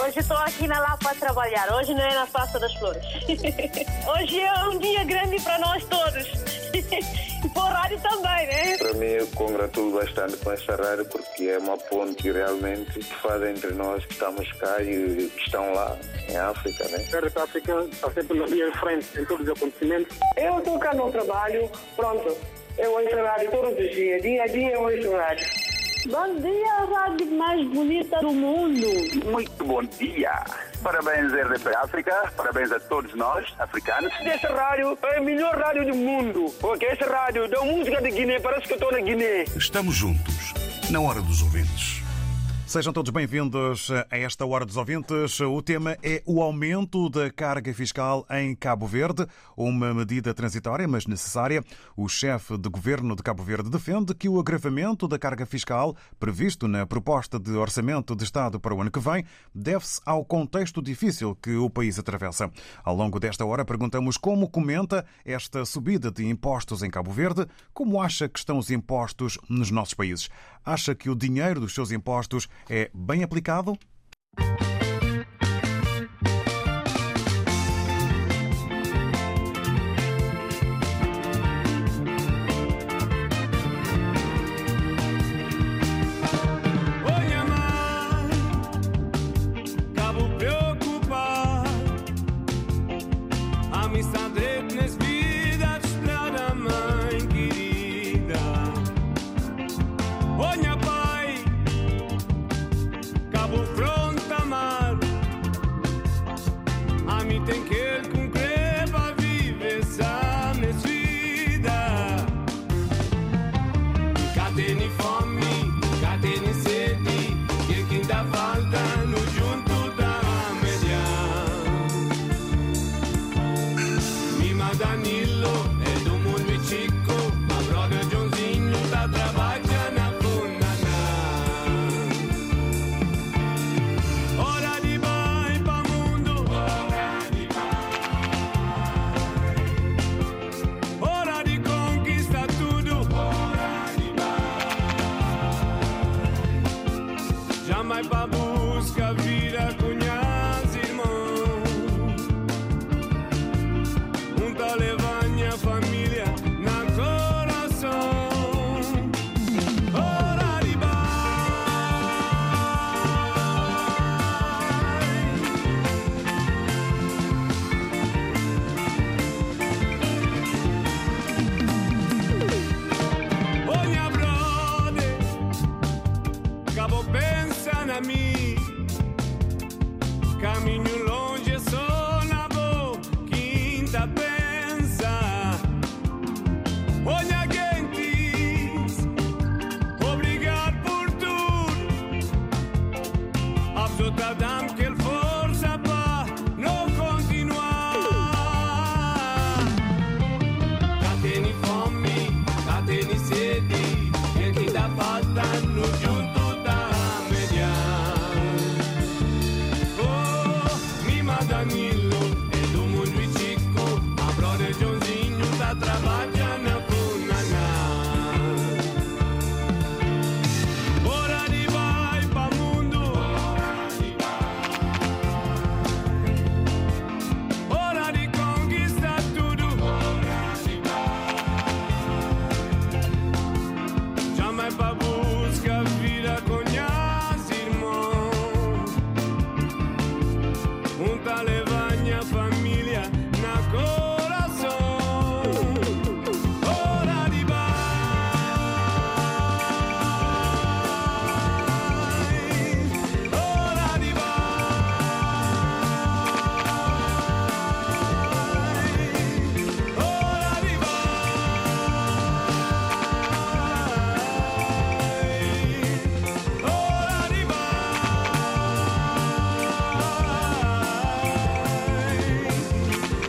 Hoje estou aqui na Lapa a trabalhar. Hoje não é na Praça das Flores. Hoje é um dia grande para nós todos. E para o rádio também, né? Para mim, eu congratulo bastante com esta rádio porque é uma ponte realmente que faz entre nós que estamos cá e que estão lá em África, né? A Rádio África está sempre na linha de frente em todos os acontecimentos. Eu estou cá no trabalho, pronto. Eu ouço rádio todos os dias. Dia a dia eu ouço rádio. Bom dia, a rádio mais bonita do mundo. Muito bom dia. Parabéns, RDP África. Parabéns a todos nós, africanos. Essa rádio é a melhor rádio do mundo. Porque essa rádio dá música de Guiné, parece que eu estou na Guiné. Estamos juntos, na hora dos ouvintes. Sejam todos bem-vindos a esta Hora dos Ouvintes. O tema é o aumento da carga fiscal em Cabo Verde, uma medida transitória, mas necessária. O chefe de governo de Cabo Verde defende que o agravamento da carga fiscal previsto na proposta de orçamento de Estado para o ano que vem deve-se ao contexto difícil que o país atravessa. Ao longo desta hora perguntamos como comenta esta subida de impostos em Cabo Verde, como acha que estão os impostos nos nossos países. Acha que o dinheiro dos seus impostos é bem aplicado?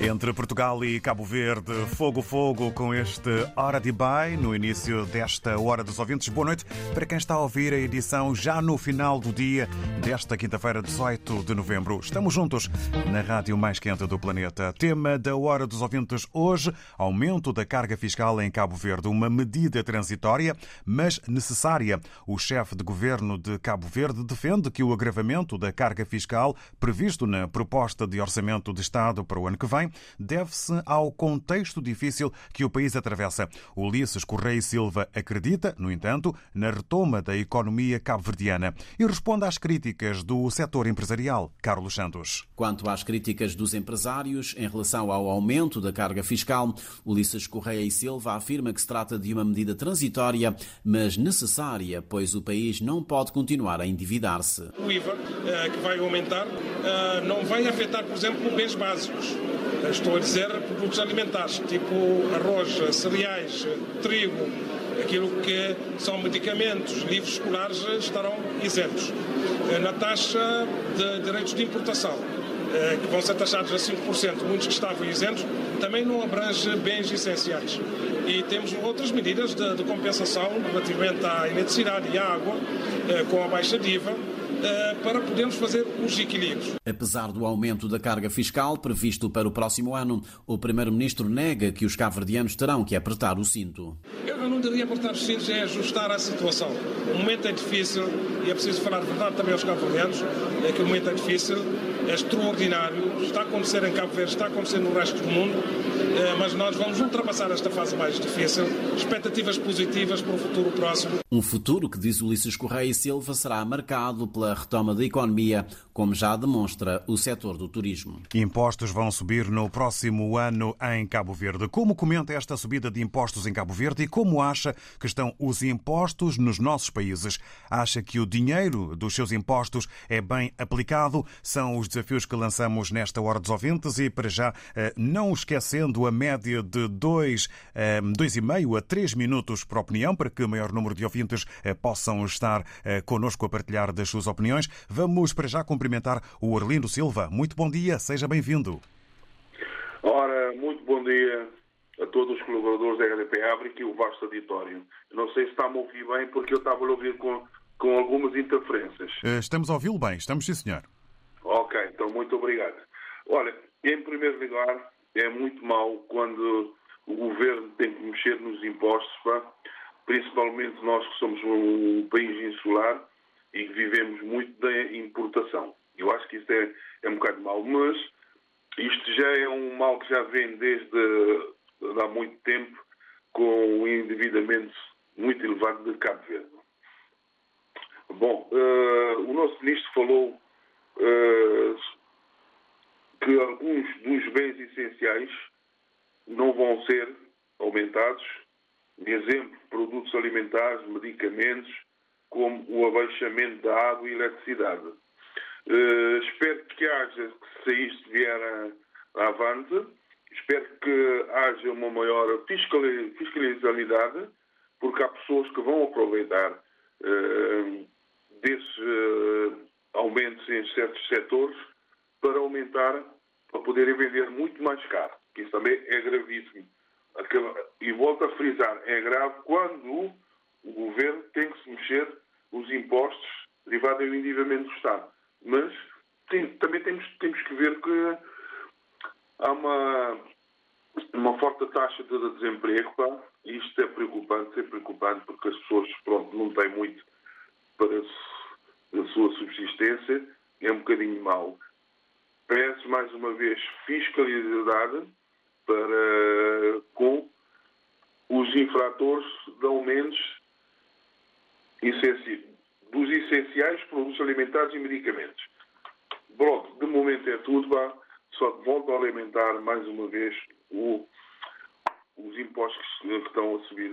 Entre Portugal e Cabo Verde, fogo com este Hora de Bai, no início desta Hora dos Ouvintes. Boa noite para quem está a ouvir a edição já no final do dia desta quinta-feira, 18 de novembro. Estamos juntos na rádio mais quente do planeta. Tema da Hora dos Ouvintes hoje, aumento da carga fiscal em Cabo Verde. Uma medida transitória, mas necessária. O chefe de governo de Cabo Verde defende que o agravamento da carga fiscal previsto na proposta de orçamento de Estado para o ano que vem deve-se ao contexto difícil que o país atravessa. Ulisses Correia e Silva acredita, no entanto, na retoma da economia cabo-verdiana e responde às críticas do setor empresarial. Carlos Santos. Quanto às críticas dos empresários em relação ao aumento da carga fiscal, Ulisses Correia e Silva afirma que se trata de uma medida transitória, mas necessária, pois o país não pode continuar a endividar-se. O IVA, que vai aumentar, não vai afetar, por exemplo, bens básicos. Estou a dizer produtos alimentares, tipo arroz, cereais, trigo, aquilo que são medicamentos, livros escolares estarão isentos. Na taxa de direitos de importação, que vão ser taxados a 5%, muitos que estavam isentos, também não abrange bens essenciais. E temos outras medidas de compensação relativamente à eletricidade e à água, com a baixa de IVA, para podermos fazer os equilíbrios. Apesar do aumento da carga fiscal previsto para o próximo ano, o Primeiro-Ministro nega que os cabo-verdianos terão que apertar o cinto. Eu não diria apertar os cintos, é ajustar à situação. O momento é difícil e é preciso falar a verdade também aos cabo-verdianos, é que o momento é difícil, é extraordinário, está a acontecer em Cabo Verde, está a acontecer no resto do mundo, mas nós vamos ultrapassar esta fase mais difícil, expectativas positivas para o futuro próximo. Um futuro que, diz Ulisses Correia e Silva, será marcado pela retoma da economia, como já demonstra o setor do turismo. Impostos vão subir no próximo ano em Cabo Verde. Como comenta esta subida de impostos em Cabo Verde e como acha que estão os impostos nos nossos países? Acha que o dinheiro dos seus impostos é bem aplicado? São os desafios que lançamos nesta Hora dos Ouvintes e, para já, não esquecendo a média de 2,5 a 3 minutos por opinião, para que o maior número de ouvintes possam estar connosco a partilhar das suas opiniões. Vamos, para já, cumprimentar o Arlindo Silva. Muito bom dia, seja bem-vindo. Ora, muito bom dia a todos os colaboradores da RDP África e o vasto auditório. Não sei se está-me a ouvir bem, porque eu estava a ouvir com algumas interferências. Estamos a ouvi-lo bem, estamos sim, senhor. Ok, então muito obrigado. Olha, em primeiro lugar, é muito mau quando o governo tem que mexer nos impostos, principalmente nós que somos um país insular e que vivemos muito da importação. Eu acho que isso é um bocado mau, mas isto já é um mal que já vem desde há muito tempo, com um endividamento muito elevado de Cabo Verde. Bom, o nosso ministro falou que alguns dos bens essenciais não vão ser aumentados. De exemplo, produtos alimentares, medicamentos, como o abaixamento da água e eletricidade. Espero que haja, que se isto vier avante, espero que haja uma maior fiscalidade, porque há pessoas que vão aproveitar desses aumentos em certos setores para aumentar, para poderem vender muito mais caro, que isso também é gravíssimo. E volto a frisar, é grave quando o governo tem que se mexer os impostos derivados do endividamento do Estado. Mas também temos que ver que há uma forte taxa de desemprego, e isto é preocupante, porque as pessoas não têm muito para a sua subsistência, é um bocadinho mau. Peço mais uma vez fiscalidade com os infratores de aumentos dos essenciais, produtos alimentares e medicamentos. Pronto, de momento é tudo, só volto a alimentar mais uma vez os impostos que estão a subir.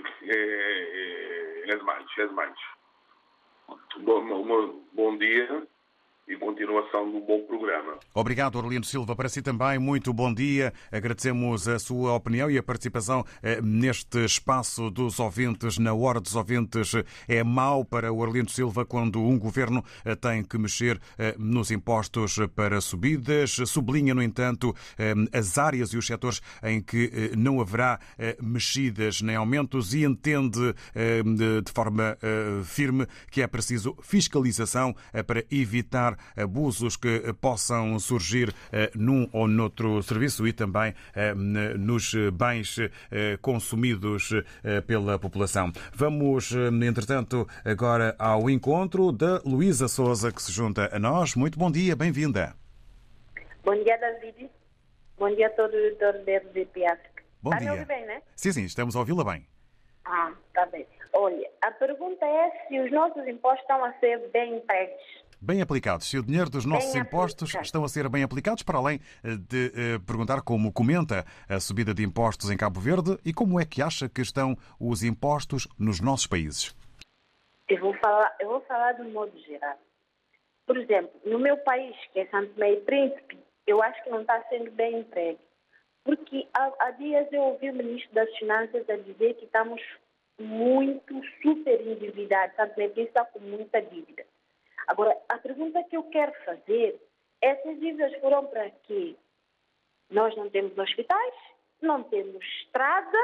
É demais. Bom dia e continuação de um bom programa. Obrigado, Orlindo Silva. Para si também, muito bom dia. Agradecemos a sua opinião e a participação neste espaço dos ouvintes. Na hora dos ouvintes, é mau para o Orlindo Silva quando um governo tem que mexer nos impostos para subidas. Sublinha, no entanto, as áreas e os setores em que não haverá mexidas nem aumentos e entende de forma firme que é preciso fiscalização para evitar abusos que possam surgir num ou noutro serviço e também nos bens consumidos pela população. Vamos, entretanto, agora ao encontro da Luísa Sousa, que se junta a nós. Muito bom dia, bem-vinda. Bom dia, David. Bom dia a todo o editor da RDP África. Bom dia. Está a ouvir bem, né? Sim, estamos a ouvi-la bem. Está bem. Olha, a pergunta é se os nossos impostos estão a ser bem empregues. Bem aplicados. Se o dinheiro dos nossos impostos estão a ser bem aplicados, para além de perguntar como comenta a subida de impostos em Cabo Verde e como é que acha que estão os impostos nos nossos países. Eu vou falar de um modo geral. Por exemplo, no meu país, que é Santo Tomé e Príncipe, eu acho que não está sendo bem empregue. Porque há dias eu ouvi o Ministro das Finanças a dizer que estamos muito super endividados. Santo Tomé e Príncipe está com muita dívida. Agora, a pergunta que eu quero fazer é: essas dívidas foram para quê? Nós não temos hospitais, não temos estrada,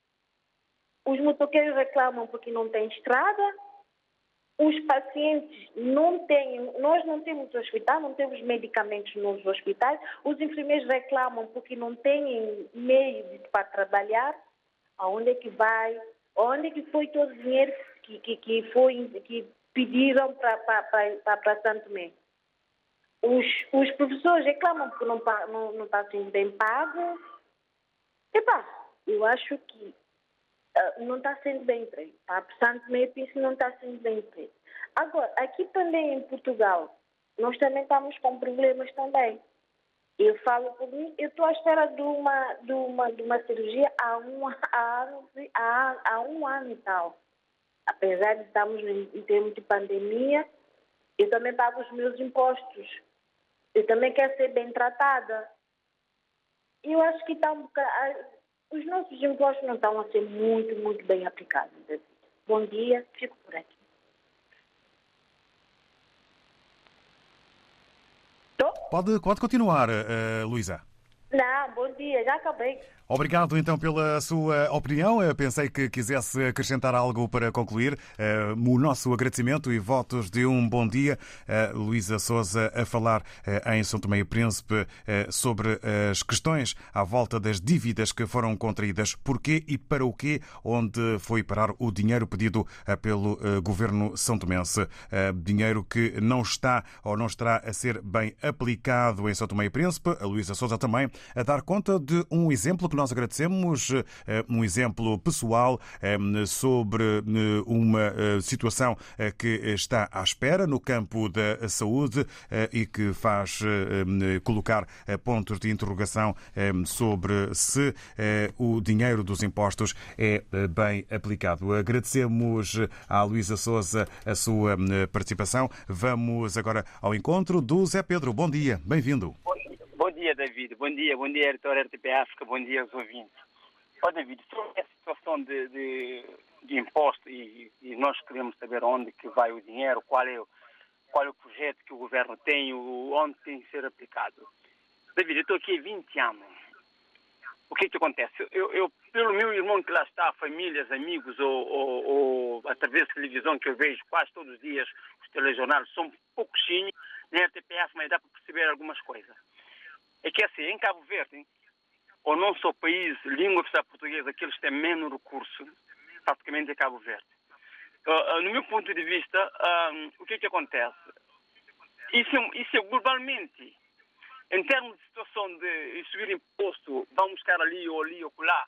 os motoqueiros reclamam porque não tem estrada, os pacientes não têm, nós não temos hospital, não temos medicamentos nos hospitais, os enfermeiros reclamam porque não têm meio para trabalhar. Aonde é que vai? Onde é que foi todo o dinheiro que pediram para Santo Tomé? Os professores reclamam porque não está sendo bem pago. Eu acho que não está sendo bem emprego. Santo Tomé e Príncipe não está sendo bem emprego. Agora, aqui também em Portugal, nós também estamos com problemas também. Eu falo por mim, eu estou à espera de uma cirurgia há um ano e tal. Apesar de estarmos em termos de pandemia, eu também pago os meus impostos. Eu também quero ser bem tratada. Eu acho que os nossos impostos não estão a ser muito, muito bem aplicados. Bom dia, fico por aqui. Pode continuar, Luísa. Não, bom dia, já acabei. Obrigado, então, pela sua opinião. Eu pensei que quisesse acrescentar algo para concluir. O nosso agradecimento e votos de um bom dia. Luísa Sousa a falar em São Tomé e Príncipe sobre as questões à volta das dívidas que foram contraídas. Porquê e para o quê? Onde foi parar o dinheiro pedido pelo governo são-tomense. Dinheiro que não está ou não estará a ser bem aplicado em São Tomé e Príncipe. A Luísa Sousa também a dar conta de um exemplo que nós agradecemos, um exemplo pessoal sobre uma situação que está à espera no campo da saúde e que faz colocar pontos de interrogação sobre se o dinheiro dos impostos é bem aplicado. Agradecemos à Luísa Sousa a sua participação. Vamos agora ao encontro do Zé Pedro. Bom dia, bem-vindo. Bom dia, David. Bom dia, editor RTP África. Bom dia aos ouvintes. David, sobre a situação de imposto e nós queremos saber onde que vai o dinheiro, qual é o projeto que o governo tem, onde tem que ser aplicado. David, eu estou aqui há 20 anos. O que acontece? Eu, pelo meu irmão que lá está, famílias, amigos ou através da televisão que eu vejo quase todos os dias, os telejornais são pouquinhos, na RTPF, mas dá para perceber algumas coisas. É que assim, em Cabo Verde, o nosso país, língua oficial portuguesa, aqueles que têm menos recursos, praticamente é Cabo Verde. No meu ponto de vista, o que acontece? Isso é globalmente, em termos de situação de subir imposto, vamos buscar ali ou lá,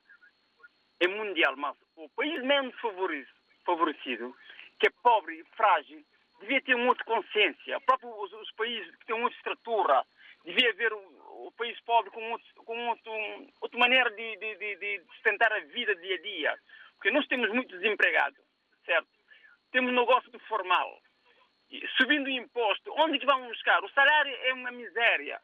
é mundial, mas o país menos favorecido, que é pobre e frágil, devia ter uma outra consciência. Os países que têm uma outra estrutura, devia haver o país pobre com outra maneira de sustentar a vida dia a dia. Porque nós temos muitos desempregados, certo? Temos um negócio informal. subindo o imposto, onde que vão buscar? O salário é uma miséria.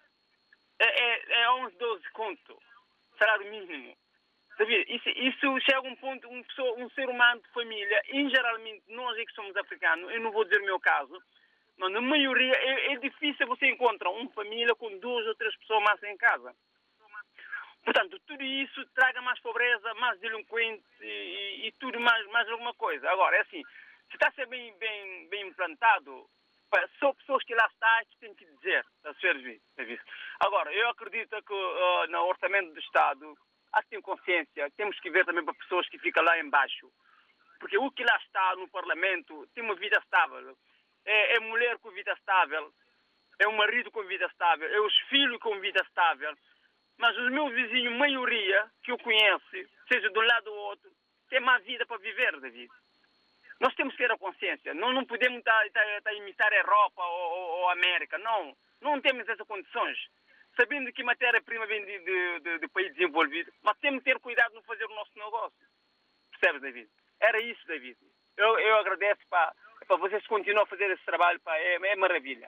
É 11, 12 conto. Salário mínimo. Sabia? Isso chega a um ponto, um ser humano de família, e geralmente nós é que somos africanos, eu não vou dizer o meu caso, mas na maioria é difícil você encontrar uma família com 2 ou 3 pessoas mais em casa. Portanto, tudo isso traga mais pobreza, mais delinquente e tudo mais alguma coisa. Agora, é assim, se está a ser bem implantado, só pessoas que lá estão que têm que dizer, a servir. Agora, eu acredito que no orçamento do Estado, há que ter consciência, temos que ver também para pessoas que ficam lá embaixo. Porque o que lá está no Parlamento tem uma vida estável. É mulher com vida estável, é o marido com vida estável, é os filhos com vida estável. Mas os meus vizinhos, maioria, que eu conheço, seja de um lado ou outro, tem mais vida para viver, David. Nós temos que ter a consciência. Nós não podemos estar imitar a Europa ou a América. Não temos essas condições. Sabendo que matéria-prima vem de país desenvolvido, mas temos que ter cuidado de fazer o nosso negócio. Percebes, David? Era isso, David. Eu agradeço para vocês continuarem a fazer esse trabalho. É maravilha.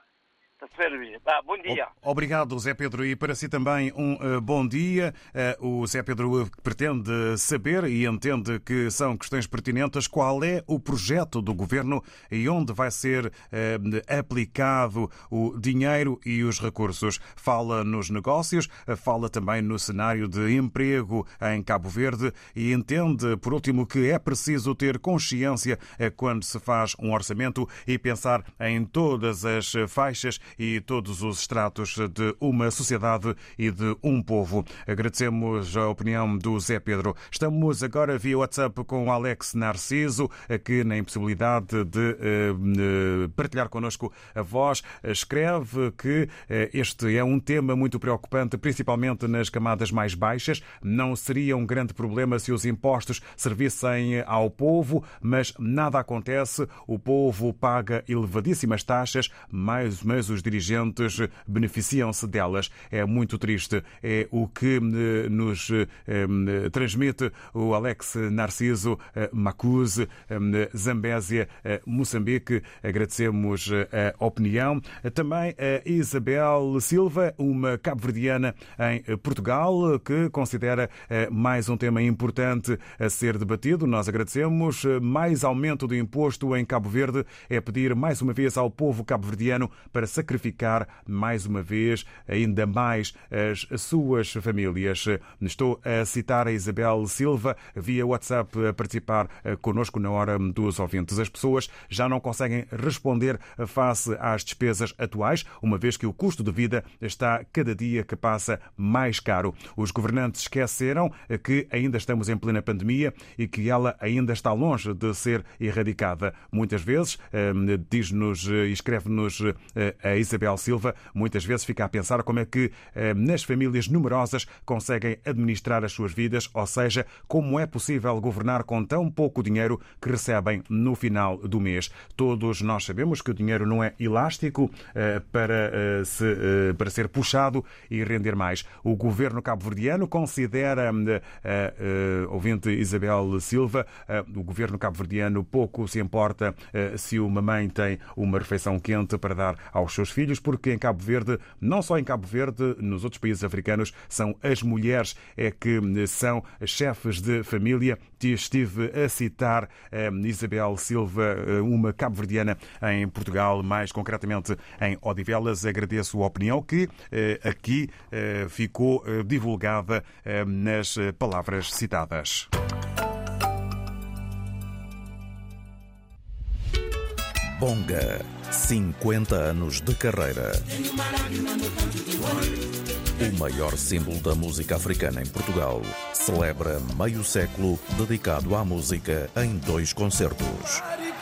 Bom dia. Obrigado, Zé Pedro. E para si também bom dia. O Zé Pedro pretende saber e entende que são questões pertinentes. Qual é o projeto do Governo e onde vai ser aplicado o dinheiro e os recursos? Fala nos negócios, fala também no cenário de emprego em Cabo Verde e entende, por último, que é preciso ter consciência quando se faz um orçamento e pensar em todas as faixas e todos os estratos de uma sociedade e de um povo. Agradecemos a opinião do Zé Pedro. Estamos agora via WhatsApp com o Alex Narciso, que na impossibilidade de partilhar connosco a voz, escreve que este é um tema muito preocupante, principalmente nas camadas mais baixas. Não seria um grande problema se os impostos servissem ao povo, mas nada acontece. O povo paga elevadíssimas taxas, mas os dirigentes beneficiam-se delas. É muito triste. É o que nos transmite o Alex Narciso, Macuse, Zambésia, Moçambique. Agradecemos a opinião. Também a Isabel Silva, uma cabo-verdiana em Portugal, que considera mais um tema importante a ser debatido. Nós agradecemos. Mais aumento do imposto em Cabo Verde é pedir mais uma vez ao povo cabo-verdiano para sacrificar mais uma vez ainda mais as suas famílias. Estou a citar a Isabel Silva via WhatsApp a participar connosco na hora dos ouvintes. As pessoas já não conseguem responder face às despesas atuais, uma vez que o custo de vida está cada dia que passa mais caro. Os governantes esqueceram que ainda estamos em plena pandemia e que ela ainda está longe de ser erradicada. Muitas vezes, diz-nos e escreve-nos a Isabel Silva, muitas vezes fica a pensar como é que nas famílias numerosas conseguem administrar as suas vidas, ou seja, como é possível governar com tão pouco dinheiro que recebem no final do mês. Todos nós sabemos que o dinheiro não é elástico para ser puxado e render mais. O governo cabo-verdiano considera, ouvinte Isabel Silva, o governo cabo-verdiano pouco se importa se uma mãe tem uma refeição quente para dar aos seus filhos, porque em Cabo Verde, não só em Cabo Verde, nos outros países africanos, são as mulheres que são chefes de família. Estive a citar Isabel Silva, uma cabo-verdiana em Portugal, mais concretamente em Odivelas. Agradeço a opinião que aqui ficou divulgada nas palavras citadas. Bonga, 50 anos de carreira. O maior símbolo da música africana em Portugal celebra meio século dedicado à música em 2 concertos.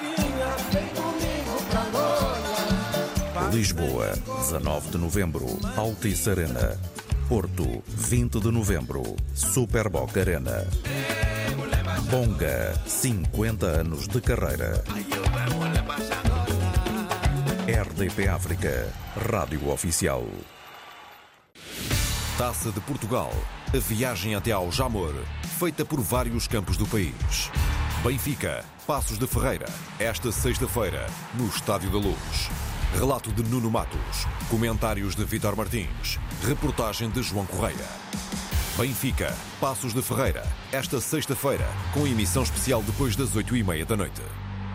Lisboa, 19 de novembro, Altice Arena. Porto, 20 de novembro, Superboc Arena. Bonga, 50 anos de carreira. RDP África, Rádio Oficial. Taça de Portugal. A viagem até ao Jamor, feita por vários campos do país. Benfica, Paços de Ferreira, esta sexta-feira, no Estádio da Luz. Relato de Nuno Matos, comentários de Vítor Martins, reportagem de João Correia. Benfica, Paços de Ferreira, esta sexta-feira, com emissão especial depois das 8h30 da noite.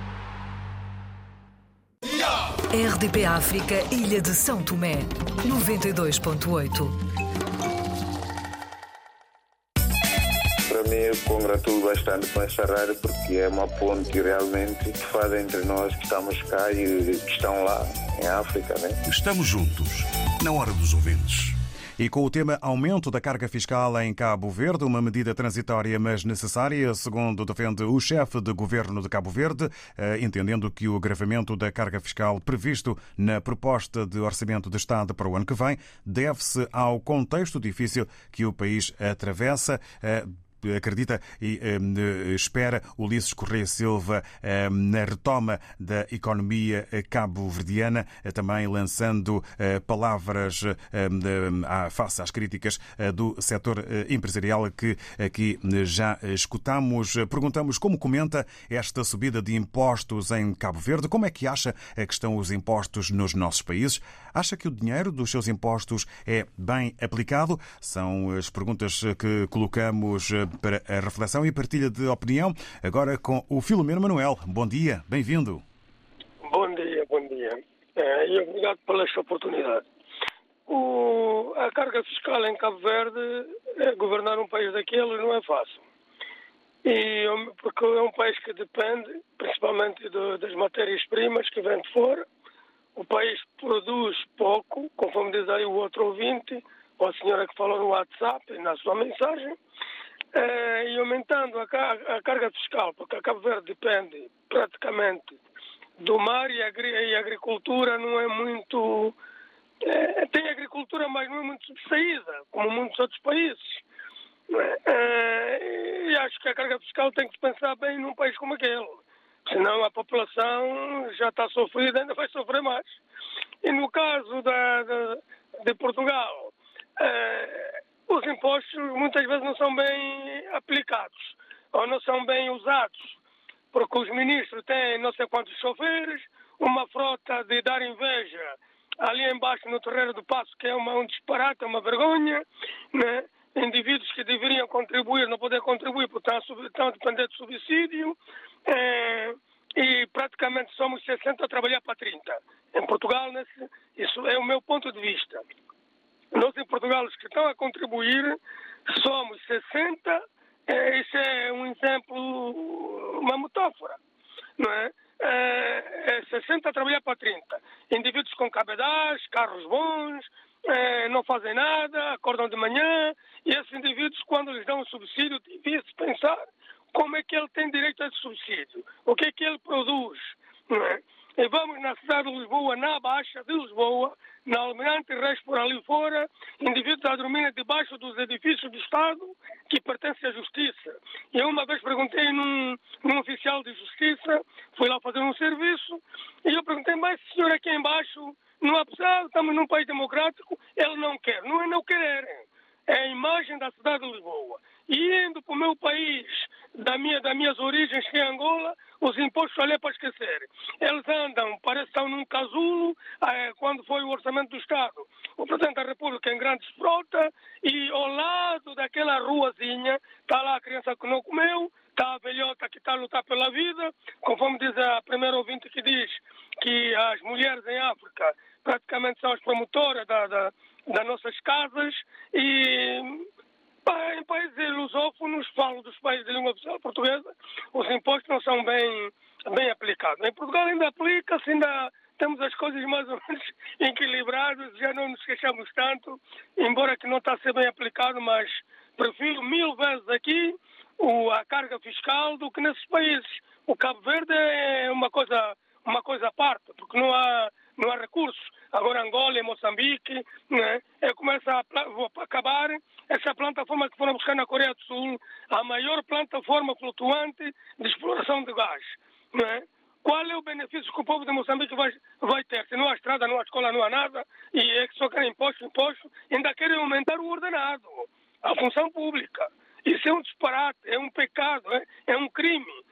RDP África, Ilha de São Tomé, 92.8. Para mim, eu congratulo bastante com essa rádio porque é uma ponte realmente que faz entre nós que estamos cá e que estão lá em África, né? Estamos juntos, na hora dos ouvintes. E com o tema aumento da carga fiscal em Cabo Verde, uma medida transitória mas necessária, segundo defende o chefe de governo de Cabo Verde, entendendo que o agravamento da carga fiscal previsto na proposta de orçamento de Estado para o ano que vem deve-se ao contexto difícil que o país atravessa. Acredita e espera Ulisses Correia Silva na retoma da economia cabo-verdiana, também lançando palavras face às críticas do setor empresarial que aqui já escutamos. Perguntamos como comenta esta subida de impostos em Cabo Verde, como é que acha que estão os impostos nos nossos países? Acha que o dinheiro dos seus impostos é bem aplicado? São as perguntas que colocamos para a reflexão e partilha de opinião, agora com o Filomeno Manuel. Bom dia, bem-vindo. Bom dia, bom dia. E obrigado pela esta oportunidade. A carga fiscal em Cabo Verde, governar um país daquele não é fácil. Porque é um país que depende, principalmente das matérias-primas que vêm de fora. O país produz pouco, conforme diz aí o outro ouvinte, ou a senhora que falou no WhatsApp, na sua mensagem. E aumentando a carga fiscal, porque a Cabo Verde depende praticamente do mar e a agricultura não é muito... tem agricultura, mas não é muito subsaída, como muitos outros países. E acho que a carga fiscal tem que se pensar bem num país como aquele. Senão a população já está sofrida, ainda vai sofrer mais. E no caso de Portugal... os impostos muitas vezes não são bem aplicados ou não são bem usados, porque os ministros têm não sei quantos choferes, uma frota de dar inveja ali embaixo no Terreiro do Paço, que é um disparate, uma vergonha, né? Indivíduos que deveriam contribuir não podem contribuir porque estão a depender de subsídio, e praticamente somos 60 a trabalhar para 30. Em Portugal, isso é o meu ponto de vista. Nós em Portugal, os que estão a contribuir, somos 60, isso é um exemplo, uma metáfora, não é? 60 a trabalhar para 30. Indivíduos com cabedais, carros bons, não fazem nada, acordam de manhã, e esses indivíduos, quando lhes dão um subsídio, devia-se pensar como é que ele tem direito a esse subsídio, o que é que ele produz, não é? E vamos na cidade de Lisboa, na Baixa de Lisboa, na Almirante Reis por ali fora, indivíduos a dormir debaixo dos edifícios do Estado que pertencem à Justiça. E eu uma vez perguntei num oficial de Justiça, fui lá fazer um serviço, e eu perguntei, mas senhor aqui embaixo, não há pessoa, estamos num país democrático, ele não quer. Não é não querer, é a imagem da cidade de Lisboa. E indo para o meu país, das minhas origens, que é Angola, os impostos ali é para esquecer. Eles andam, parece que estão num casulo, quando foi o orçamento do Estado. O Presidente da República em grandes frota, e ao lado daquela ruazinha, está lá a criança que não comeu, está a velhota que está a lutar pela vida, conforme diz a primeira ouvinte que diz que as mulheres em África praticamente são as promotoras das nossas casas, e... em países lusófonos, falo dos países de língua oficial portuguesa, os impostos não são bem aplicados. Em Portugal ainda aplica-se, ainda temos as coisas mais ou menos equilibradas, já não nos queixamos tanto, embora que não está a ser bem aplicado, mas prefiro 1000 vezes aqui a carga fiscal do que nesses países. O Cabo Verde é uma coisa à parte, porque não há recursos. Agora Angola e Moçambique, né? Começa a acabar essa plataforma que foram buscar na Coreia do Sul, a maior plataforma flutuante de exploração de gás, né? Qual é o benefício que o povo de Moçambique vai ter? Se não há estrada, não há escola, não há nada, e é que só querem imposto, ainda querem aumentar o ordenado, a função pública. Isso é um disparate, é um pecado, é um crime.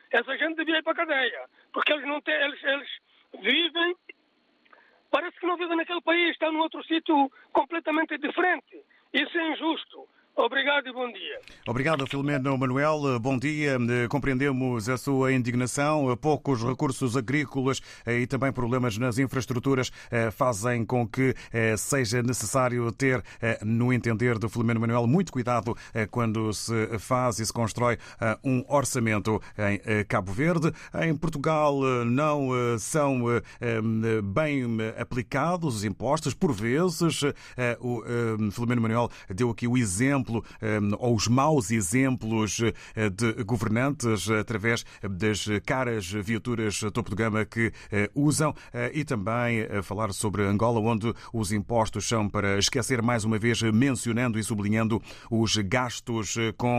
essa gente devia ir para a cadeia, porque eles não têm, eles vivem, parece que não vivem naquele país, estão num outro sítio completamente diferente. Isso é injusto. Obrigado e bom dia. Obrigado, Filomeno Manuel. Bom dia. Compreendemos a sua indignação. Poucos recursos agrícolas e também problemas nas infraestruturas fazem com que seja necessário ter, no entender do Filomeno Manuel, muito cuidado quando se faz e se constrói um orçamento em Cabo Verde. Em Portugal não são bem aplicados os impostos. Por vezes, o Filomeno Manuel deu aqui o exemplo ou os maus exemplos de governantes através das caras viaturas topo de gama que usam e também falar sobre Angola, onde os impostos são para esquecer, mais uma vez mencionando e sublinhando os gastos com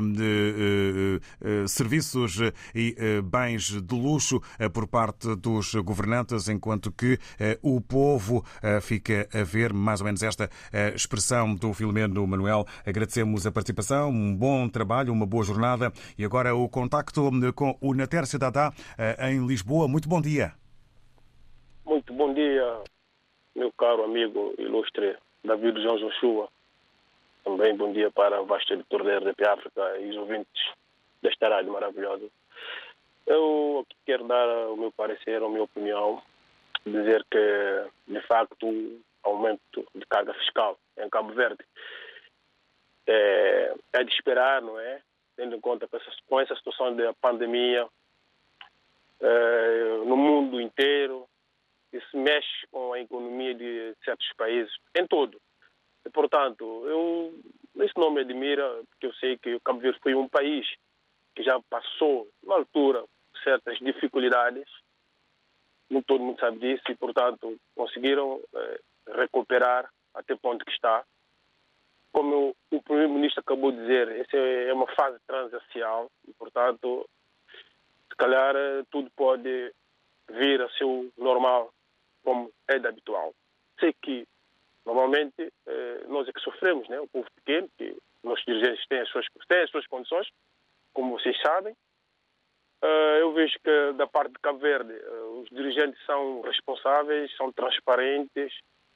serviços e bens de luxo por parte dos governantes, enquanto que o povo fica a ver mais ou menos esta expressão do Filomeno Manuel. Agradecemos a participação, um bom trabalho, uma boa jornada e agora o contacto com o Natércio Dadá em Lisboa. Muito bom dia. Muito bom dia, meu caro amigo ilustre David João Joshua. Também bom dia para o vasto editor da RDP África e os ouvintes desta rádio maravilhosa. Eu aqui quero dar o meu parecer, a minha opinião, dizer que, de facto, o aumento de carga fiscal em Cabo Verde é de esperar, não é? Tendo em conta que com essa situação da pandemia no mundo inteiro, isso mexe com a economia de certos países, em todo. E, portanto, isso não me admira, porque eu sei que o Cabo Verde foi um país que já passou, na altura, certas dificuldades, não todo mundo sabe disso, e, portanto, conseguiram recuperar até o ponto que está. Como o Primeiro-Ministro acabou de dizer, essa é uma fase transicional e, portanto, se calhar tudo pode vir a seu normal, como é de habitual. Sei que, normalmente, nós é que sofremos, né? O povo pequeno, que nossos dirigentes têm as suas condições, como vocês sabem. Eu vejo que, da parte de Cabo Verde, os dirigentes são responsáveis, são transparentes,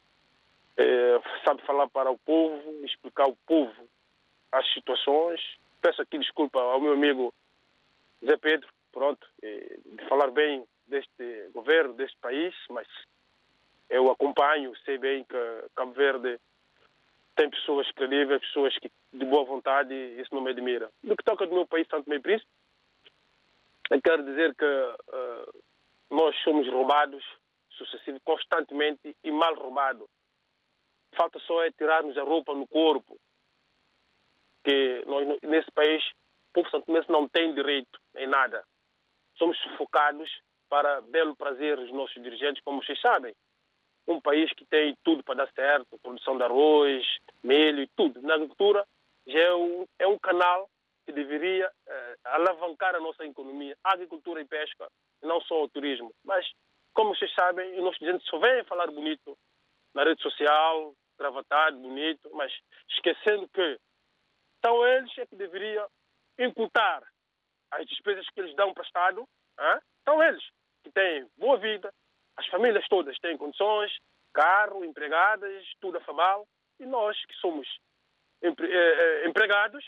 sabe falar para o povo, explicar ao povo as situações. Peço aqui desculpa ao meu amigo Zé Pedro, de falar bem deste governo, deste país, mas eu acompanho, sei bem que Cabo Verde tem pessoas credíveis, pessoas de boa vontade, e isso não me admira. No que toca do meu país, Santo Tomé e Príncipe, eu quero dizer que nós somos roubados sucessivamente, constantemente e mal roubados. Falta só tirarmos a roupa no corpo, que nós, nesse país, o povo santomense não tem direito em nada. Somos sufocados para belo prazer dos nossos dirigentes, como vocês sabem. Um país que tem tudo para dar certo, produção de arroz, milho e tudo. Na agricultura já é um canal que deveria alavancar a nossa economia, a agricultura e pesca, não só o turismo. Mas, como vocês sabem, os nossos dirigentes só vêm falar bonito na rede social, gravatado, bonito, mas esquecendo que são eles que deveriam imputar as despesas que eles dão para o Estado. São eles que têm boa vida, as famílias todas têm condições, carro, empregadas, tudo afabal, e nós que somos empregados,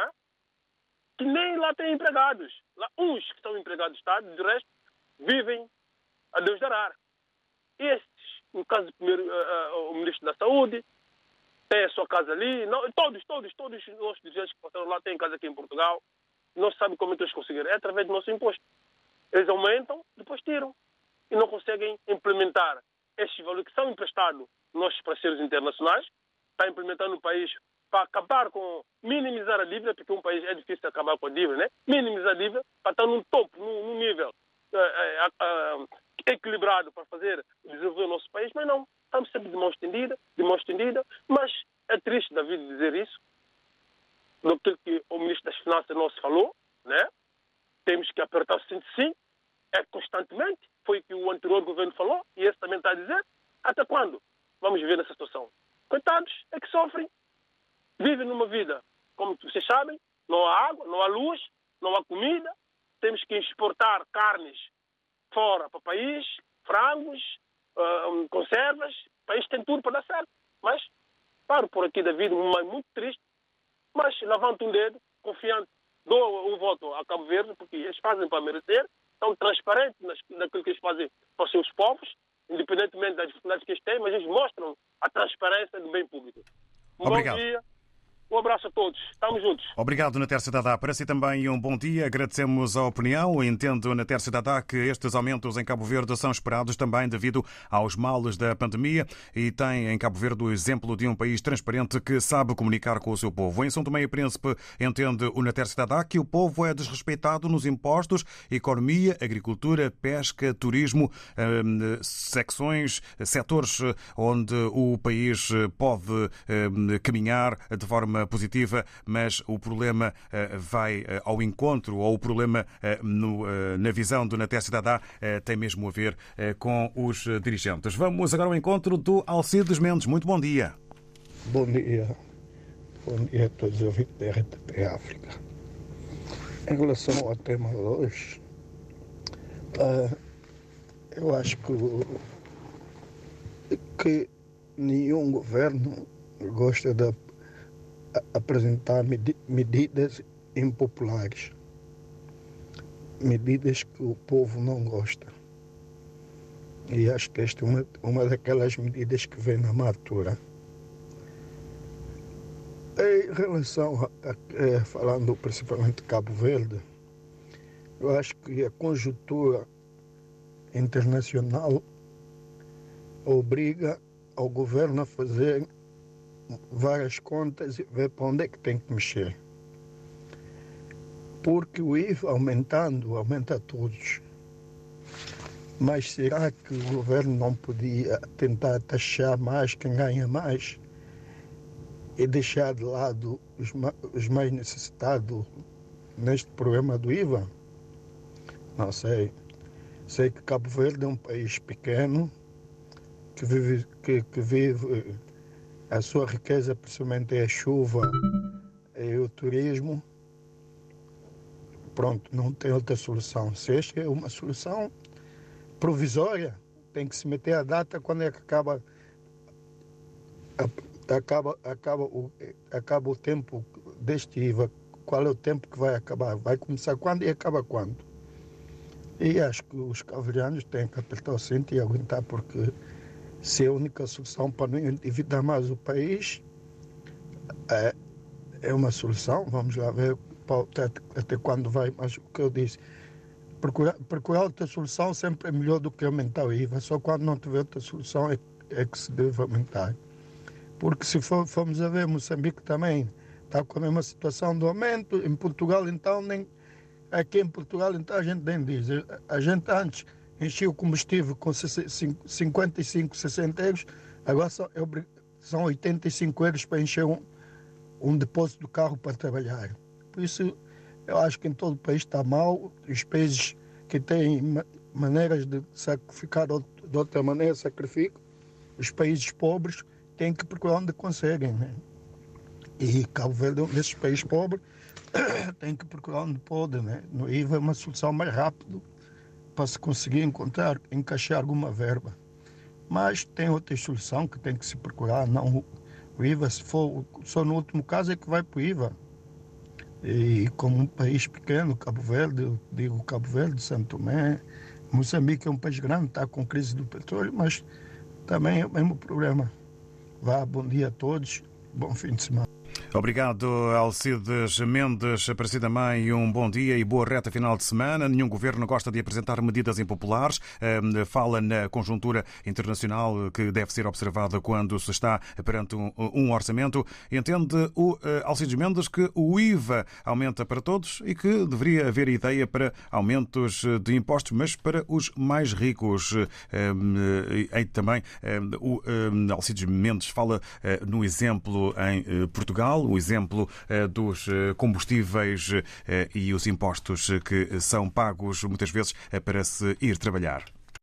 que nem lá têm empregados. Lá uns que são empregados do Estado, de resto, vivem a Deus dará. Estes, no caso do o Ministro da Saúde, tem a sua casa ali, todos os nossos dirigentes que passaram lá têm casa aqui em Portugal, não se sabe como é que eles conseguiram, é através do nosso imposto. Eles aumentam, depois tiram, e não conseguem implementar estes valores que são emprestados nos nossos parceiros internacionais, está implementando no país para acabar com, minimizar a dívida, porque um país é difícil acabar com a dívida, né? Minimizar a dívida para estar num topo, num nível equilibrado para fazer desenvolver o nosso país, mas não, estamos sempre de mão estendida, mas é triste, David, dizer isso, do que o Ministro das Finanças não se falou, né? Temos que apertar o cinto sim, constantemente, foi o que o anterior governo falou, e esse também está a dizer, até quando vamos viver nessa situação? Coitados, é que sofrem, vivem numa vida, como vocês sabem, não há água, não há luz, não há comida, temos que exportar carnes fora para o país, frangos, conservas, o país tem tudo para dar certo. Mas, paro por aqui, David, muito triste, mas levanto um dedo, confiante, dou o voto a Cabo Verde, porque eles fazem para merecer, são transparentes naquilo que eles fazem para os seus povos, independentemente das dificuldades que eles têm, mas eles mostram a transparência do bem público. Obrigado. Bom dia. Um abraço a todos. Estamos juntos. Obrigado, Natércio Dadá. Para si também um bom dia. Agradecemos a opinião. Entendo, Natércio Dadá, que estes aumentos em Cabo Verde são esperados também devido aos males da pandemia e tem em Cabo Verde o exemplo de um país transparente que sabe comunicar com o seu povo. Em São Tomé e Príncipe, entende o Natércio Dadá que o povo é desrespeitado nos impostos, economia, agricultura, pesca, turismo, setores onde o país pode caminhar de forma positiva, mas o problema vai ao encontro, ou o problema na visão do Natércio Dadá tem mesmo a ver com os dirigentes. Vamos agora ao encontro do Alcides Mendes. Muito bom dia. Bom dia. Bom dia a todos os ouvintes da RTP África. Em relação ao tema de hoje, eu acho que nenhum governo gosta de apresentar medidas impopulares, medidas que o povo não gosta. E acho que esta é uma daquelas medidas que vem na matura. Em relação falando principalmente de Cabo Verde, eu acho que a conjuntura internacional obriga ao governo a fazer várias contas e ver para onde é que tem que mexer. Porque o IVA aumenta a todos. Mas será que o governo não podia tentar taxar mais quem ganha mais e deixar de lado os mais necessitados neste problema do IVA? Não sei. Sei que Cabo Verde é um país pequeno que vive a sua riqueza, principalmente é a chuva e o turismo. Pronto, não tem outra solução. Se esta é uma solução provisória, tem que se meter a data quando é que acaba o tempo deste IVA. Qual é o tempo que vai acabar? Vai começar quando e acaba quando? E acho que os cabo-verdianos têm que apertar o cinto e aguentar, porque se é a única solução para não endividar mais o país, é uma solução. Vamos lá ver até quando vai. Mas o que eu disse, procurar outra solução sempre é melhor do que aumentar o IVA. Só quando não tiver outra solução é que se deve aumentar. Porque se formos a ver, Moçambique também está com a mesma situação do aumento. Em Portugal, então, aqui em Portugal, então, a gente nem diz. A gente antes enchia o combustível com 55, 60 euros, agora são 85 euros para encher um depósito do carro para trabalhar. Por isso, eu acho que em todo o país está mal. Os países que têm maneiras de sacrificar de outra maneira, sacrificam. Os países pobres têm que procurar onde conseguem, né? E Cabo Verde é um desses países pobres, tem que procurar onde pode, né? No IVA é uma solução mais rápida para se conseguir encaixar alguma verba. Mas tem outra solução que tem que se procurar, não o IVA, se for só no último caso é que vai para o IVA. E como um país pequeno, Cabo Verde, São Tomé, Moçambique é um país grande, está com crise do petróleo, mas também é o mesmo problema. Bom dia a todos, bom fim de semana. Obrigado, Alcides Mendes. Para si também um bom dia e boa reta final de semana. Nenhum governo gosta de apresentar medidas impopulares. Fala na conjuntura internacional que deve ser observada quando se está perante um orçamento. Entende o Alcides Mendes que o IVA aumenta para todos e que deveria haver ideia para aumentos de impostos, mas para os mais ricos. E também o Alcides Mendes fala no exemplo em Portugal, o exemplo dos combustíveis e os impostos que são pagos muitas vezes para se ir trabalhar.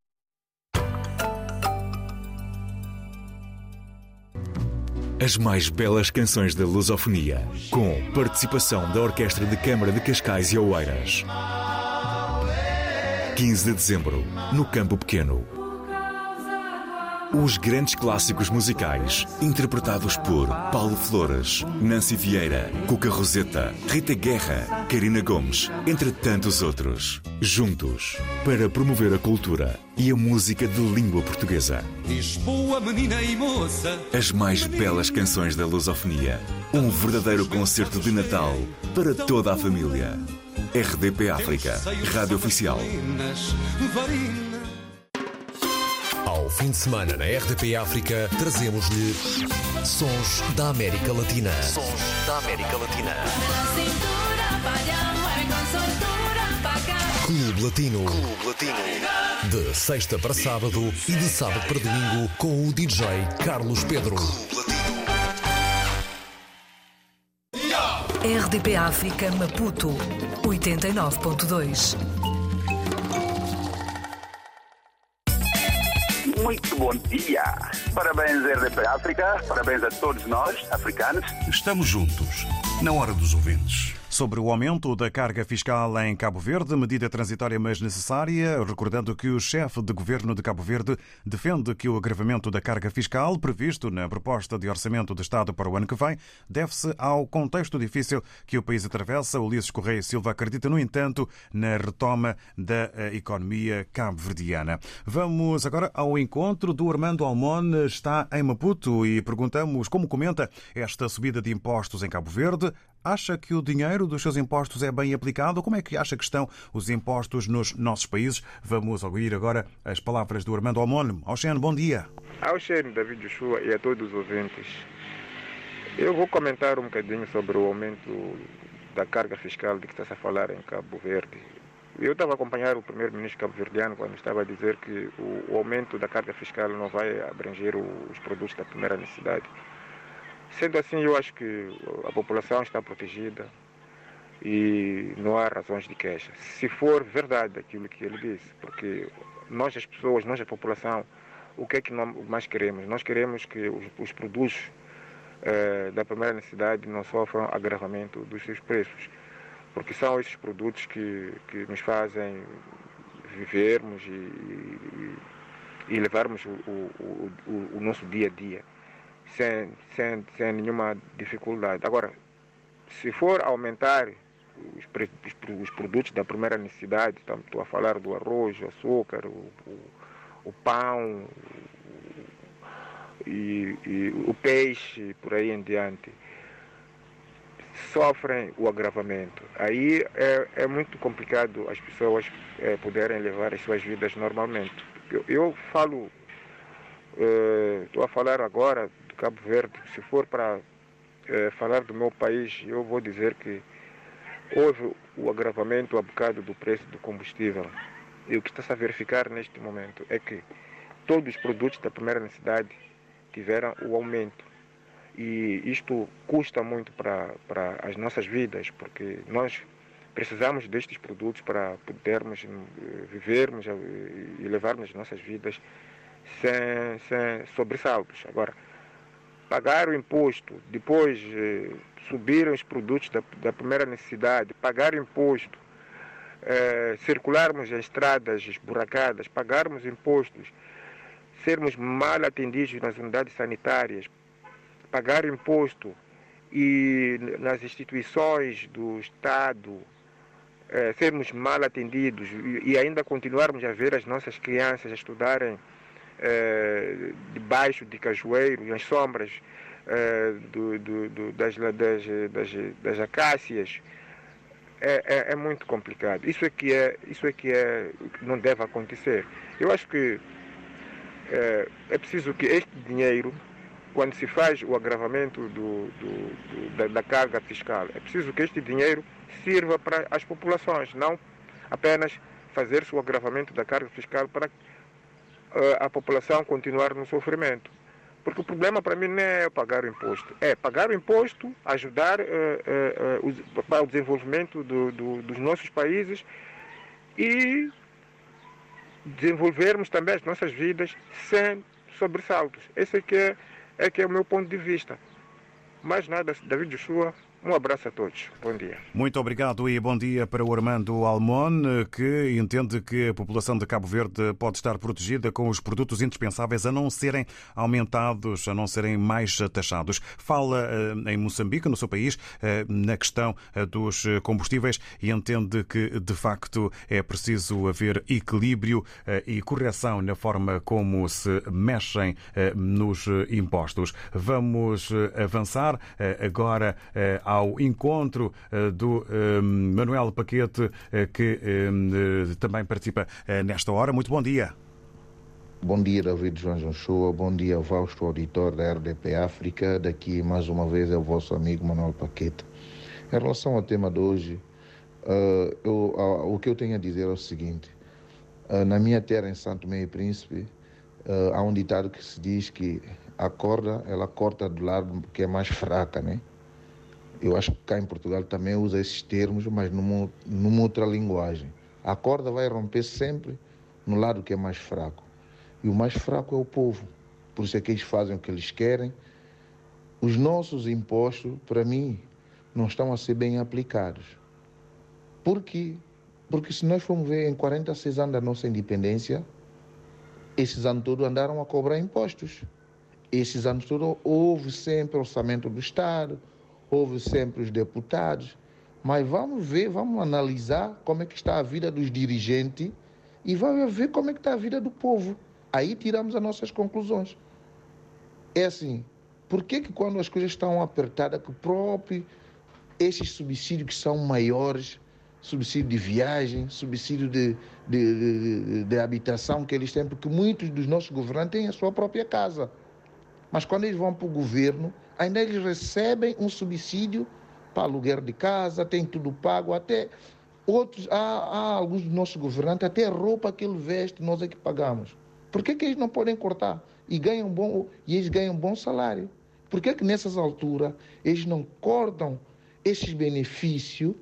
As mais belas canções da lusofonia, com participação da Orquestra de Câmara de Cascais e Oeiras. 15 de dezembro, no Campo Pequeno. Os grandes clássicos musicais, interpretados por Paulo Flores, Nancy Vieira, Cuca Roseta, Rita Guerra, Karina Gomes, entre tantos outros. Juntos, para promover a cultura e a música de língua portuguesa. Lisboa, menina e moça. As mais belas canções da lusofonia. Um verdadeiro concerto de Natal para toda a família. RDP África, rádio oficial. Ao fim de semana na RDP África, trazemos-lhe Sons da América Latina. Sons da América Latina. Clube Latino. Clube Latino. De sexta para sábado e de sábado para domingo com o DJ Carlos Pedro. RDP África Maputo 89.2. Muito bom dia. Parabéns, RDP África. Parabéns a todos nós, africanos. Estamos juntos, na hora dos ouvintes. Sobre o aumento da carga fiscal em Cabo Verde, medida transitória mas necessária, recordando que o chefe de governo de Cabo Verde defende que o agravamento da carga fiscal previsto na proposta de orçamento de Estado para o ano que vem deve-se ao contexto difícil que o país atravessa. Ulisses Correia Silva acredita, no entanto, na retoma da economia cabo-verdiana. Vamos agora ao encontro do Armando Almon, está em Maputo, e perguntamos como comenta esta subida de impostos em Cabo Verde. Acha que o dinheiro dos seus impostos é bem aplicado? Como é que acha que estão os impostos nos nossos países? Vamos ouvir agora as palavras do Armando Almon. Oxen, bom dia. Oxen, David Joshua e a todos os ouvintes. Eu vou comentar um bocadinho sobre o aumento da carga fiscal de que está-se a falar em Cabo Verde. Eu estava a acompanhar o primeiro-ministro cabo-verdiano quando estava a dizer que o aumento da carga fiscal não vai abranger os produtos da primeira necessidade. Sendo assim, eu acho que a população está protegida e não há razões de queixa. Se for verdade aquilo que ele disse, porque nós, as pessoas, nós, a população, o que é que nós mais queremos? Nós queremos que os produtos da primeira necessidade não sofram agravamento dos seus preços, porque são esses produtos que nos fazem vivermos e levarmos o nosso dia a dia. Sem nenhuma dificuldade. Agora, se for aumentar os produtos da primeira necessidade, estou a falar do arroz, o açúcar, o pão e o peixe, por aí em diante, sofrem o agravamento. Aí é muito complicado as pessoas poderem levar as suas vidas normalmente. Eu falo, estou a falar agora Cabo Verde. Se for para falar do meu país, eu vou dizer que houve o agravamento a bocado do preço do combustível. E o que está-se a verificar neste momento é que todos os produtos da primeira necessidade tiveram o aumento. E isto custa muito para as nossas vidas, porque nós precisamos destes produtos para podermos vivermos e levarmos as nossas vidas sem sobressaltos. Agora, pagar o imposto, depois subir os produtos da primeira necessidade, pagar o imposto, circularmos em estradas esburacadas, pagarmos impostos, sermos mal atendidos nas unidades sanitárias, pagar imposto e nas instituições do Estado sermos mal atendidos e ainda continuarmos a ver as nossas crianças a estudarem debaixo de cajueiros, nas sombras das acácias, é muito complicado. Isso é que não deve acontecer. Eu acho que é preciso que este dinheiro, quando se faz o agravamento da carga fiscal, é preciso que este dinheiro sirva para as populações, não apenas fazer-se o agravamento da carga fiscal para a população continuar no sofrimento. Porque o problema para mim não é pagar o imposto. É pagar o imposto, ajudar para o desenvolvimento dos nossos países e desenvolvermos também as nossas vidas sem sobressaltos. Esse é que é o meu ponto de vista. Mais nada, David Joshua, Um abraço a todos. Bom dia. Muito obrigado e bom dia para o Armando Almon, que entende que a população de Cabo Verde pode estar protegida com os produtos indispensáveis a não serem aumentados, a não serem mais taxados. Fala em Moçambique, no seu país, na questão dos combustíveis e entende que, de facto, é preciso haver equilíbrio e correção na forma como se mexem nos impostos. Vamos avançar agora ao encontro do Manuel Paquete, que também participa nesta hora. Muito bom dia. Bom dia, David João Joshua. Bom dia, vasto auditor da RDP África. Daqui, mais uma vez, é o vosso amigo Manuel Paquete. Em relação ao tema de hoje, o que eu tenho a dizer é o seguinte. Na minha terra, em Santo Tomé e Príncipe, há um ditado que se diz que a corda, ela corta do lado que é mais fraca, né? Eu acho que cá em Portugal também usa esses termos, mas numa outra linguagem. A corda vai romper sempre no lado que é mais fraco. E o mais fraco é o povo. Por isso é que eles fazem o que eles querem. Os nossos impostos, para mim, não estão a ser bem aplicados. Por quê? Porque se nós formos ver em 46 anos da nossa independência, esses anos todos andaram a cobrar impostos. Esses anos todos houve sempre orçamento do Estado, houve sempre os deputados, mas vamos ver, vamos analisar como é que está a vida dos dirigentes e vamos ver como é que está a vida do povo. Aí tiramos as nossas conclusões. É assim, por que quando as coisas estão apertadas, que próprio esses subsídios que são maiores, subsídio de viagem, subsídio de habitação que eles têm, porque muitos dos nossos governantes têm a sua própria casa. Mas quando eles vão para o governo, ainda eles recebem um subsídio para aluguer de casa, tem tudo pago, até outros, há alguns dos nossos governantes, até a roupa que ele veste, nós é que pagamos. Por que eles não podem cortar? E eles ganham bom salário. Por que nessas alturas eles não cortam esses benefícios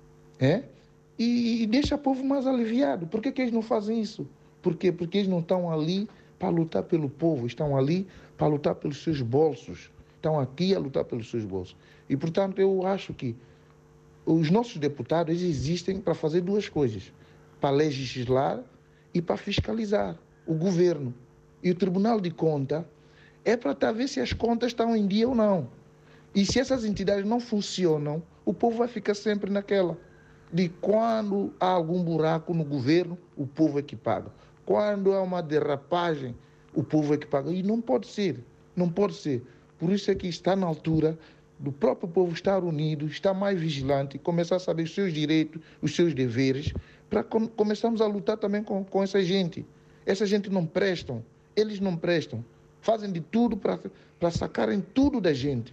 e deixam o povo mais aliviado? Por que eles não fazem isso? Por quê? Porque eles não estão ali para lutar pelo povo, estão ali para lutar pelos seus bolsos. Estão aqui a lutar pelos seus bolsos. E, portanto, eu acho que os nossos deputados eles existem para fazer duas coisas. Para legislar e para fiscalizar o governo. E o Tribunal de Contas é para ver se as contas estão em dia ou não. E se essas entidades não funcionam, o povo vai ficar sempre naquela. De quando há algum buraco no governo, o povo é que paga. Quando há uma derrapagem, o povo é que paga. E não pode ser. Não pode ser. Por isso é que está na altura do próprio povo estar unido, estar mais vigilante, começar a saber os seus direitos, os seus deveres, para começarmos a lutar também com essa gente. Essa gente não prestam. Eles não prestam. Fazem de tudo para sacarem tudo da gente.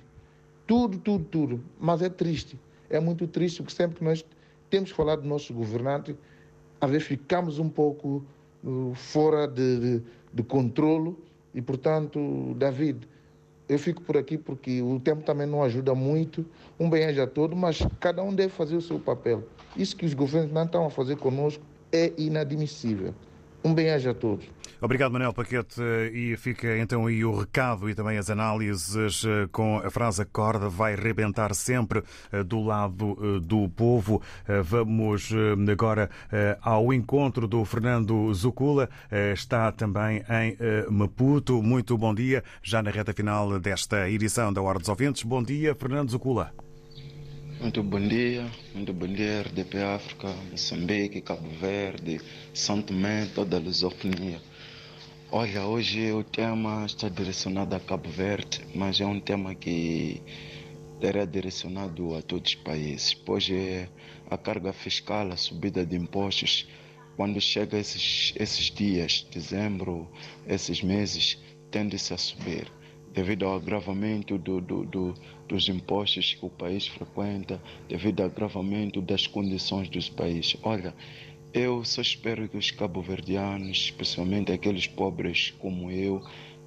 Tudo. Mas é triste. É muito triste, porque sempre que nós temos que falar do nosso governante, às vezes ficamos um pouco fora de controlo. E, portanto, David, eu fico por aqui porque o tempo também não ajuda muito. Um bem-aja a todos, mas cada um deve fazer o seu papel. Isso que os governos não estão a fazer conosco é inadmissível. Um bem-aja a todos. Obrigado, Manuel Paquete. E fica então aí o recado e também as análises com a frase: a corda vai rebentar sempre do lado do povo. Vamos agora ao encontro do Fernando Zucula. Está também em Maputo. Muito bom dia, já na reta final desta edição da Hora dos Ouvintes. Bom dia, Fernando Zucula. Muito bom dia, RDP África, Moçambique, Cabo Verde, São Tomé, toda a lusofonia. Olha, hoje o tema está direcionado a Cabo Verde, mas é um tema que era direcionado a todos os países, pois a carga fiscal, a subida de impostos, quando chega esses dias, dezembro, esses meses, tende-se a subir, devido ao agravamento dos impostos que o país frequenta, devido ao agravamento das condições dos países. Olha, eu só espero que os cabo-verdianos, especialmente aqueles pobres como eu,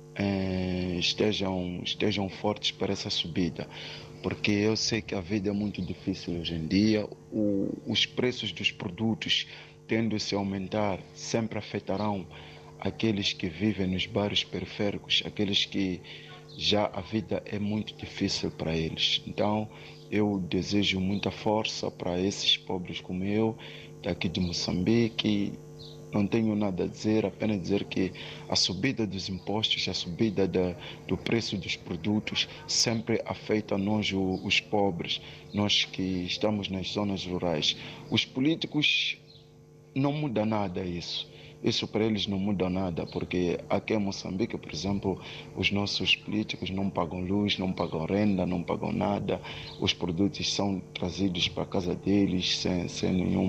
estejam fortes para essa subida, porque eu sei que a vida é muito difícil hoje em dia. Os preços dos produtos tendo-se a aumentar sempre afetarão aqueles que vivem nos bairros periféricos, aqueles que já a vida é muito difícil para eles. Então, eu desejo muita força para esses pobres como eu, daqui de Moçambique. Não tenho nada a dizer, apenas dizer que a subida dos impostos, a subida do preço dos produtos sempre afeta nós, os pobres, nós que estamos nas zonas rurais. Os políticos não muda nada isso. Isso para eles não muda nada, porque aqui em Moçambique, por exemplo, os nossos políticos não pagam luz, não pagam renda, não pagam nada. Os produtos são trazidos para a casa deles sem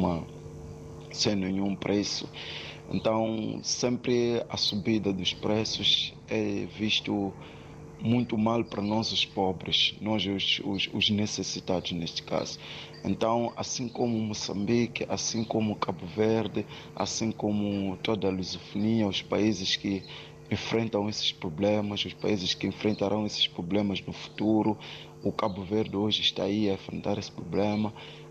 nenhum preço. Então, sempre a subida dos preços é visto muito mal para nós os pobres, nós os necessitados neste caso. Então, assim como Moçambique, assim como Cabo Verde, assim como toda a lusofonia, os países que enfrentam esses problemas, os países que enfrentarão esses problemas no futuro, o Cabo Verde hoje está aí a enfrentar esse problema.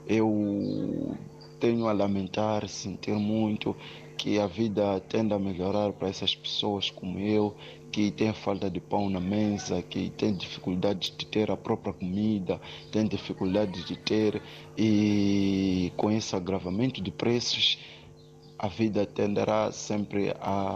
Eu tenho a lamentar, sentir muito que a vida tende a melhorar para essas pessoas como eu, que tem falta de pão na mesa, que tem dificuldade de ter a própria comida, tem dificuldade de ter, e com esse agravamento de preços, a vida tenderá sempre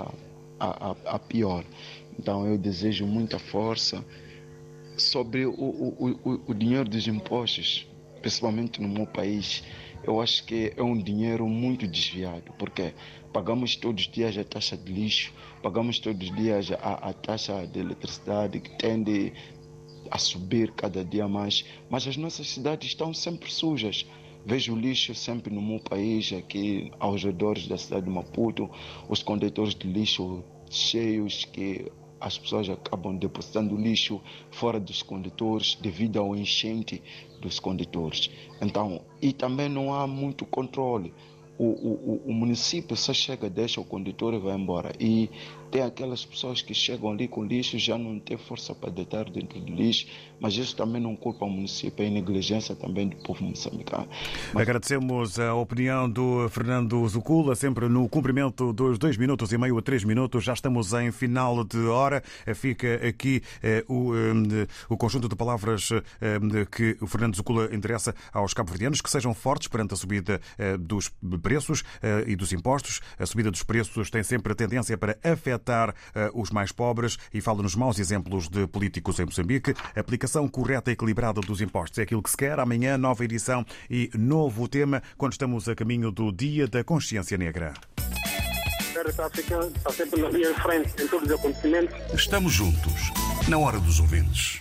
a pior. Então eu desejo muita força sobre o dinheiro dos impostos, principalmente no meu país. Eu acho que é um dinheiro muito desviado, porque pagamos todos os dias a taxa de lixo, pagamos todos os dias a taxa de eletricidade, que tende a subir cada dia mais, mas as nossas cidades estão sempre sujas. Vejo lixo sempre no meu país, aqui aos redores da cidade de Maputo, os contentores de lixo cheios, que as pessoas acabam depositando lixo fora dos condutores devido ao enchente dos condutores. Então, e também não há muito controle. O município só chega, deixa o condutor e vai embora. E tem aquelas pessoas que chegam ali com lixo, já não tem força para deitar dentro do lixo, mas isso também não culpa o município, é negligência também do povo moçambicano. Agradecemos a opinião do Fernando Zucula, sempre no cumprimento dos 2 minutos e meio a 3 minutos. Já estamos em final de hora. Fica aqui o conjunto de palavras que o Fernando Zucula endereça aos cabo-verdianos, que sejam fortes perante a subida dos preços e dos impostos. A subida dos preços tem sempre a tendência para afetar os mais pobres e fala nos maus exemplos de políticos em Moçambique. A aplicação correta e equilibrada dos impostos é aquilo que se quer. Amanhã, nova edição e novo tema, quando estamos a caminho do Dia da Consciência Negra. A África está sempre na linha de frente em todos os acontecimentos. Estamos juntos, na hora dos ouvintes.